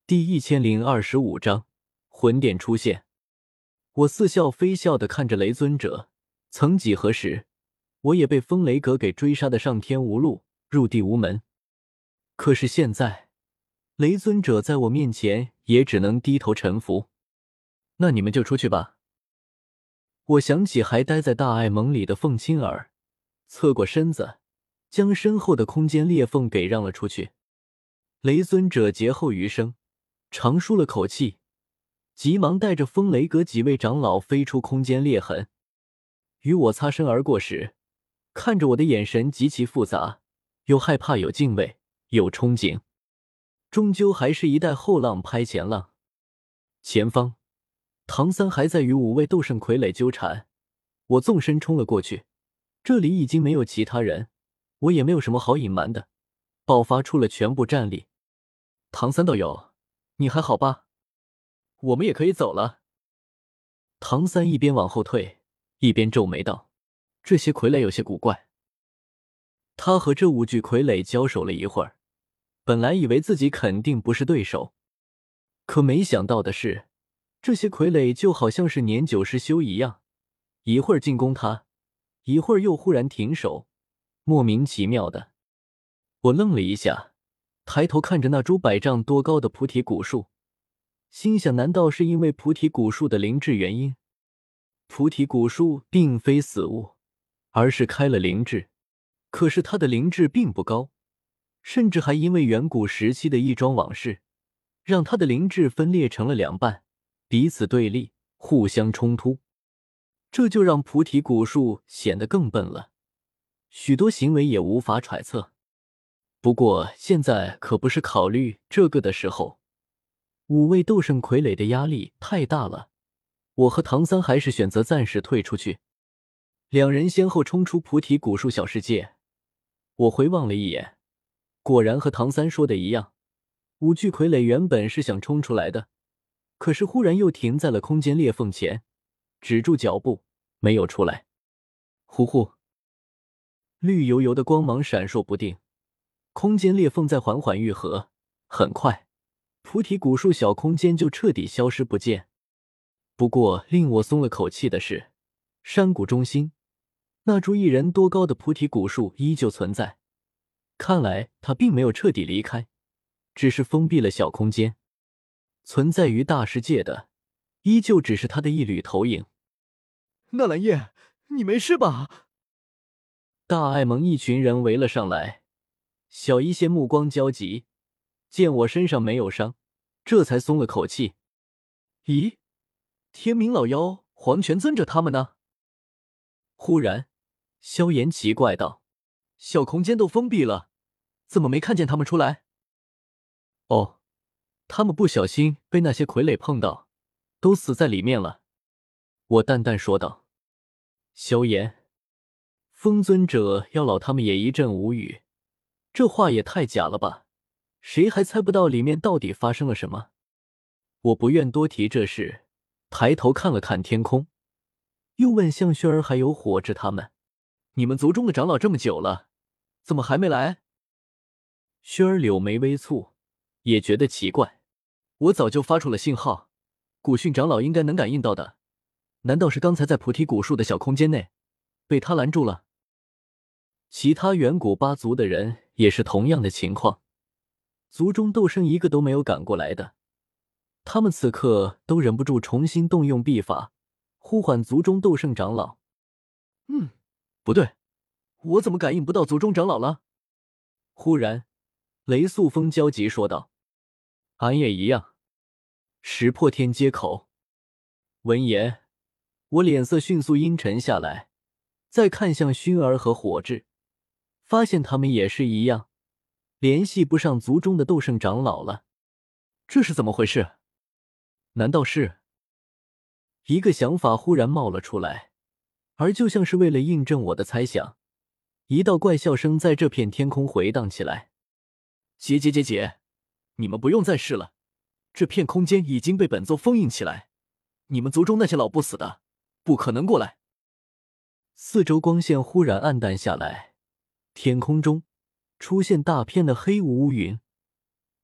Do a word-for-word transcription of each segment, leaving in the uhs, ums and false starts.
第一千零二十五章魂殿出现。我似笑非笑地看着雷尊者，曾几何时，我也被风雷阁给追杀的上天无路，入地无门。可是现在，雷尊者在我面前也只能低头臣服。那你们就出去吧。我想起还待在大爱盟里的凤青儿，侧过身子，将身后的空间裂缝给让了出去。雷尊者劫后余生，长舒了口气，急忙带着风雷阁几位长老飞出空间裂痕。与我擦身而过时，看着我的眼神极其复杂，有害怕，有敬畏，有憧憬，终究还是一代后浪拍前浪。前方唐三还在与五位斗圣傀儡纠缠，我纵身冲了过去。这里已经没有其他人，我也没有什么好隐瞒的，爆发出了全部战力。唐三道友，你还好吧？我们也可以走了。唐三一边往后退，一边皱眉道：这些傀儡有些古怪。他和这五具傀儡交手了一会儿，本来以为自己肯定不是对手，可没想到的是，这些傀儡就好像是年久失修一样，一会儿进攻他，一会儿又忽然停手，莫名其妙的。我愣了一下，抬头看着那株百丈多高的菩提古树，心想难道是因为菩提古树的灵智原因？菩提古树并非死物，而是开了灵智，可是它的灵智并不高，甚至还因为远古时期的一桩往事，让它的灵智分裂成了两半，彼此对立，互相冲突。这就让菩提古树显得更笨了，许多行为也无法揣测。不过现在可不是考虑这个的时候，五位斗圣傀儡的压力太大了，我和唐三还是选择暂时退出去。两人先后冲出菩提古树小世界，我回望了一眼，果然和唐三说的一样，五具傀儡原本是想冲出来的，可是忽然又停在了空间裂缝前，止住脚步，没有出来。呼呼，绿油油的光芒闪烁不定，空间裂缝在缓缓愈合，很快菩提古树小空间就彻底消失不见。不过令我松了口气的是，山谷中心那株一人多高的菩提古树依旧存在，看来它并没有彻底离开，只是封闭了小空间。存在于大世界的依旧只是它的一缕投影。 纳兰叶，你没事吧？ 大爱盟一群人围了上来，小一些目光焦急，见我身上没有伤，这才松了口气。咦，天明老妖、黄泉尊者他们呢？忽然萧炎奇怪道：小空间都封闭了，怎么没看见他们出来？哦，他们不小心被那些傀儡碰到，都死在里面了。我淡淡说道。萧炎、风尊者、药老他们也一阵无语，这话也太假了吧，谁还猜不到里面到底发生了什么？我不愿多提这事，抬头看了看天空，又问向轩儿还有火炙他们：你们族中的长老这么久了，怎么还没来？轩儿柳眉微蹙，也觉得奇怪。我早就发出了信号，古训长老应该能感应到的，难道是刚才在菩提古树的小空间内被他拦住了？其他远古八族的人也是同样的情况，族中斗圣一个都没有赶过来的，他们此刻都忍不住重新动用秘法，呼唤族中斗圣长老。嗯，不对，我怎么感应不到族中长老了？忽然雷素风焦急说道。俺也一样。石破天接口。闻言，我脸色迅速阴沉下来，再看向薰儿和火炙，发现他们也是一样，联系不上族中的斗圣长老了。这是怎么回事？难道是……一个想法忽然冒了出来，而就像是为了印证我的猜想，一道怪笑声在这片天空回荡起来。姐姐姐姐，你们不用再试了，这片空间已经被本座封印起来，你们族中那些老不死的不可能过来。四周光线忽然暗淡下来，天空中出现大片的黑雾乌云，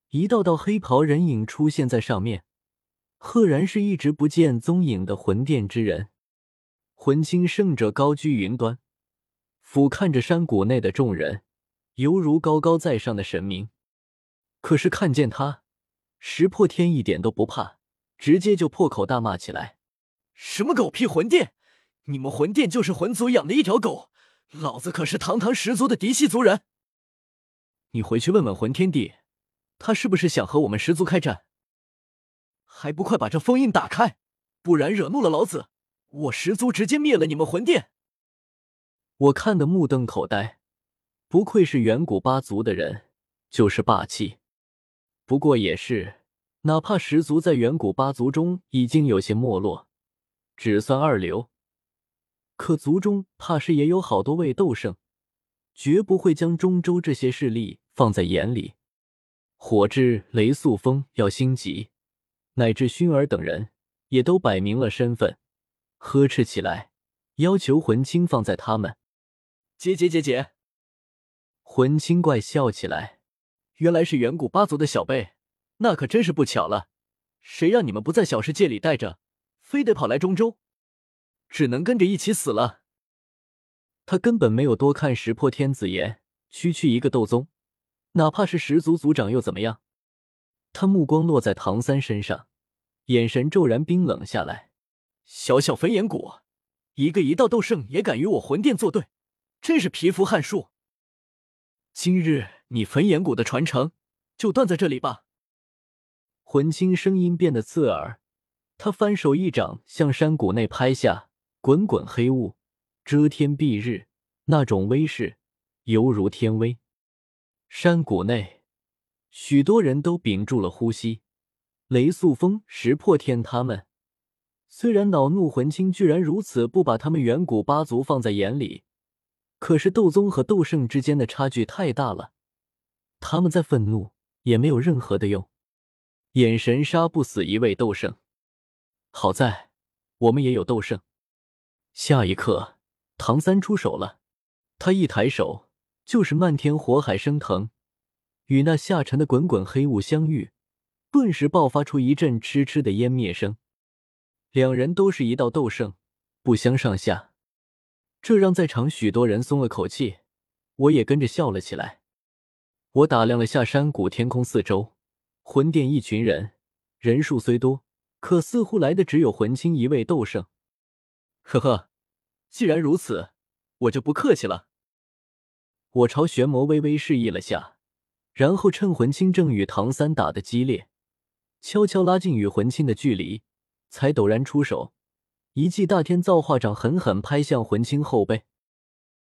一道道黑袍人影出现在上面，赫然是一直不见踪影的魂殿之人。魂清圣者高居云端，俯瞰着山谷内的众人，犹如高高在上的神明。可是看见他，石破天一点都不怕，直接就破口大骂起来： 什么狗屁魂殿！你们魂殿就是魂族养的一条狗，老子可是堂堂十族的嫡系族人。 你回去问问魂天帝，他是不是想和我们十族开战？ 还不快把这封印打开，不然惹怒了老子，我十族直接灭了你们魂殿！ 我看得目瞪口呆，不愧是远古八族的人，就是霸气。不过也是，哪怕十族在远古八族中已经有些没落，只算二流，可族中怕是也有好多位斗圣，绝不会将中州这些势力放在眼里。火炙、雷肃风要心急，乃至薰儿等人也都摆明了身份，呵斥起来，要求魂清放在他们。 结结结结！ 魂清怪笑起来， 原来是远古八族的小辈，那可真是不巧了。谁让你们不在小世界里待着，非得跑来中州，只能跟着一起死了。 他根本没有多看石破天子言，区区一个斗宗，哪怕是十族族长又怎么样？他目光落在唐三身上，眼神骤然冰冷下来。 小小焚炎谷，一个一道斗圣也敢与我魂殿作对，真是蚍蜉撼树。今日你焚炎谷的传承就断在这里吧。 魂清声音变得刺耳，他翻手一掌向山谷内拍下，滚滚黑雾遮天蔽日，那种威势犹如天威。山谷内许多人都屏住了呼吸，雷肃风、石破天他们虽然恼怒魂清居然如此不把他们远古八族放在眼里，可是斗宗和斗圣之间的差距太大了，他们再愤怒也没有任何的用。眼神杀不死一位斗圣，好在我们也有斗圣。下一刻，唐三出手了，他一抬手就是漫天火海升腾，与那下沉的滚滚黑雾相遇，顿时爆发出一阵嗤嗤的湮灭声。两人都是一道斗圣，不相上下，这让在场许多人松了口气，我也跟着笑了起来。我打量了下山谷天空四周，魂殿一群人，人数虽多，可似乎来的只有魂清一位斗圣。 呵呵，既然如此，我就不客气了。 我朝玄魔微微示意了下，然后趁魂清正与唐三打得激烈，悄悄拉近与魂清的距离，才陡然出手，一记大天造化掌狠狠拍向魂清后背。